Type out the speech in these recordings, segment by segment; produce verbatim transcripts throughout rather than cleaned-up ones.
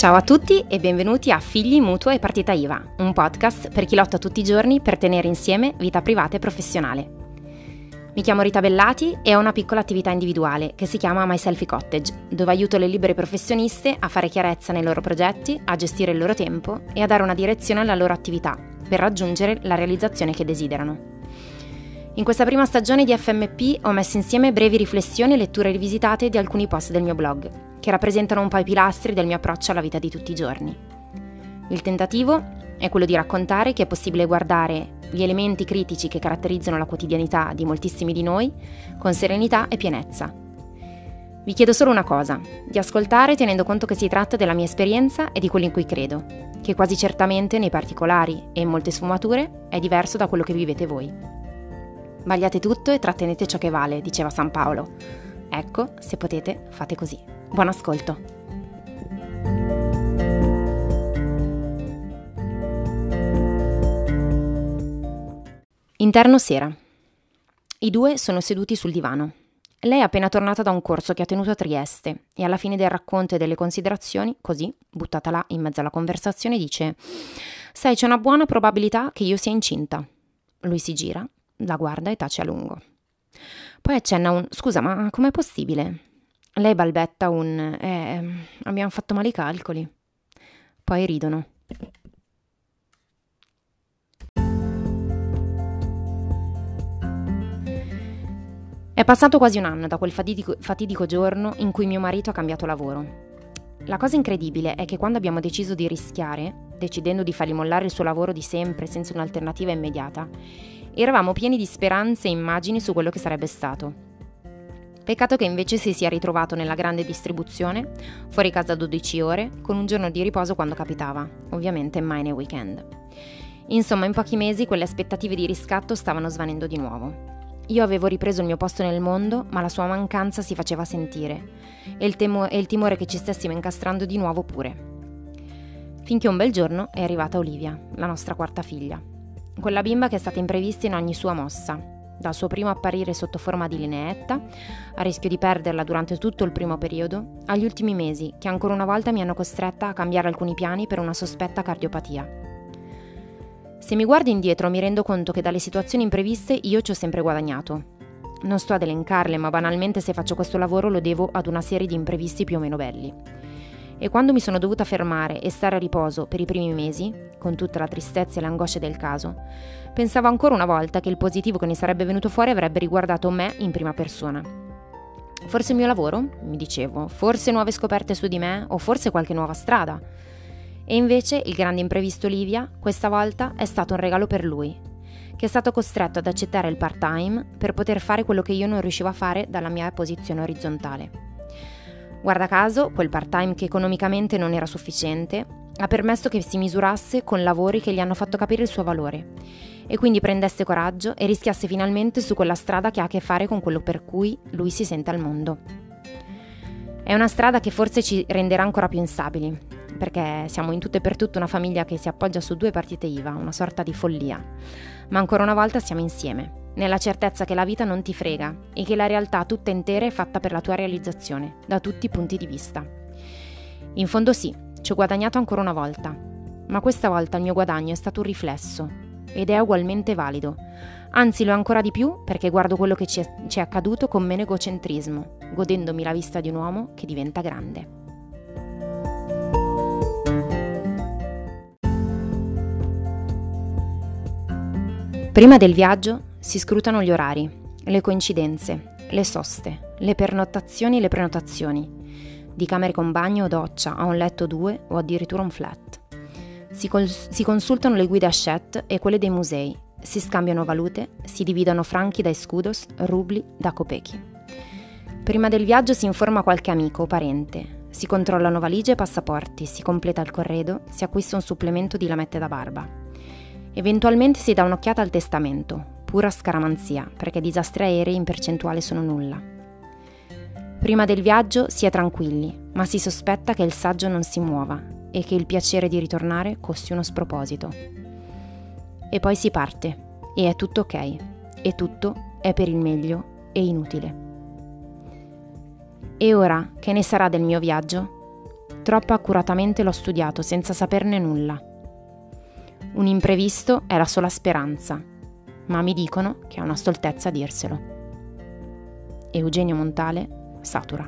Ciao a tutti e benvenuti a Figli, Mutuo e Partita I V A, un podcast per chi lotta tutti i giorni per tenere insieme vita privata e professionale. Mi chiamo Rita Bellati e ho una piccola attività individuale che si chiama My Selfie Cottage, dove aiuto le libere professioniste a fare chiarezza nei loro progetti, a gestire il loro tempo e a dare una direzione alla loro attività per raggiungere la realizzazione che desiderano. In questa prima stagione di F M P ho messo insieme brevi riflessioni e letture rivisitate di alcuni post del mio blog, che rappresentano un po' i pilastri del mio approccio alla vita di tutti i giorni. Il tentativo è quello di raccontare che è possibile guardare gli elementi critici che caratterizzano la quotidianità di moltissimi di noi con serenità e pienezza. Vi chiedo solo una cosa, di ascoltare tenendo conto che si tratta della mia esperienza e di quello in cui credo, che quasi certamente nei particolari e in molte sfumature è diverso da quello che vivete voi. Vagliate tutto e trattenete ciò che vale, diceva San Paolo. Ecco, se potete, fate così. Buon ascolto. Interno sera. I due sono seduti sul divano. Lei è appena tornata da un corso che ha tenuto a Trieste e alla fine del racconto e delle considerazioni, così, buttata là in mezzo alla conversazione, dice: «Sai, c'è una buona probabilità che io sia incinta». Lui si gira, la guarda e tace a lungo. Poi accenna un «Scusa, ma com'è possibile?» Lei balbetta un «Eh, abbiamo fatto male i calcoli». Poi ridono. È passato quasi un anno da quel fatidico, fatidico giorno in cui mio marito ha cambiato lavoro. La cosa incredibile è che quando abbiamo deciso di rischiare, decidendo di fargli mollare il suo lavoro di sempre senza un'alternativa immediata, eravamo pieni di speranze e immagini su quello che sarebbe stato. Peccato che invece si sia ritrovato nella grande distribuzione, fuori casa dodici ore, con un giorno di riposo quando capitava, ovviamente mai nei weekend. Insomma, in pochi mesi quelle aspettative di riscatto stavano svanendo di nuovo. Io avevo ripreso il mio posto nel mondo, ma la sua mancanza si faceva sentire, e il, temo- e il timore che ci stessimo incastrando di nuovo pure. Finché un bel giorno è arrivata Olivia, la nostra quarta figlia. Quella bimba che è stata imprevista in ogni sua mossa, dal suo primo apparire sotto forma di lineetta, a rischio di perderla durante tutto il primo periodo, agli ultimi mesi che ancora una volta mi hanno costretta a cambiare alcuni piani per una sospetta cardiopatia. Se mi guardo indietro mi rendo conto che dalle situazioni impreviste io ci ho sempre guadagnato. Non sto ad elencarle, ma banalmente se faccio questo lavoro lo devo ad una serie di imprevisti più o meno belli. E quando mi sono dovuta fermare e stare a riposo per i primi mesi, con tutta la tristezza e le angosce del caso, pensavo ancora una volta che il positivo che ne sarebbe venuto fuori avrebbe riguardato me in prima persona. Forse il mio lavoro, mi dicevo, forse nuove scoperte su di me o forse qualche nuova strada. E invece il grande imprevisto Olivia, questa volta, è stato un regalo per lui, che è stato costretto ad accettare il part-time per poter fare quello che io non riuscivo a fare dalla mia posizione orizzontale. Guarda caso, quel part-time che economicamente non era sufficiente ha permesso che si misurasse con lavori che gli hanno fatto capire il suo valore e quindi prendesse coraggio e rischiasse finalmente su quella strada che ha a che fare con quello per cui lui si sente al mondo. È una strada che forse ci renderà ancora più instabili, perché siamo in tutto e per tutto una famiglia che si appoggia su due partite I V A, una sorta di follia. Ma ancora una volta siamo insieme, nella certezza che la vita non ti frega e che la realtà tutta intera è fatta per la tua realizzazione, da tutti i punti di vista. In fondo sì, ci ho guadagnato ancora una volta, ma questa volta il mio guadagno è stato un riflesso ed è ugualmente valido. Anzi, lo è ancora di più perché guardo quello che ci è, ci è accaduto con meno egocentrismo, godendomi la vista di un uomo che diventa grande. Prima del viaggio si scrutano gli orari, le coincidenze, le soste, le pernottazioni e le prenotazioni, di camere con bagno o doccia a un letto due o addirittura un flat. Si, col- si consultano le guide Hachette e quelle dei musei, si scambiano valute, si dividono franchi da escudos, rubli da kopechi. Prima del viaggio si informa qualche amico o parente, si controllano valigie e passaporti, si completa il corredo, si acquista un supplemento di lamette da barba. Eventualmente si dà un'occhiata al testamento, pura scaramanzia, perché disastri aerei in percentuale sono nulla. Prima del viaggio si è tranquilli, ma si sospetta che il saggio non si muova e che il piacere di ritornare costi uno sproposito. E poi si parte, e è tutto ok, e tutto è per il meglio e inutile. E ora, che ne sarà del mio viaggio? Troppo accuratamente l'ho studiato senza saperne nulla. Un imprevisto è la sola speranza, ma mi dicono che è una stoltezza dirselo. Eugenio Montale, Satura.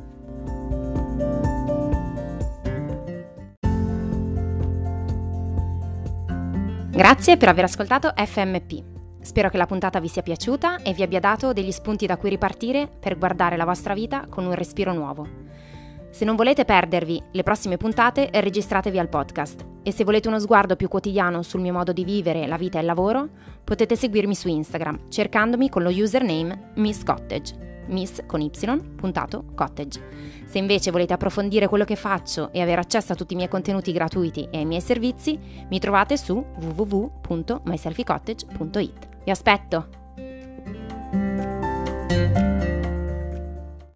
Grazie per aver ascoltato F M P. Spero che la puntata vi sia piaciuta e vi abbia dato degli spunti da cui ripartire per guardare la vostra vita con un respiro nuovo. Se non volete perdervi le prossime puntate, registratevi al podcast e se volete uno sguardo più quotidiano sul mio modo di vivere la vita e il lavoro, potete seguirmi su Instagram cercandomi con lo username Miss Cottage, Miss con Y, puntato, Cottage. Se invece volete approfondire quello che faccio e avere accesso a tutti i miei contenuti gratuiti e ai miei servizi, mi trovate su w w w punto my selfie cottage punto i t. Vi aspetto!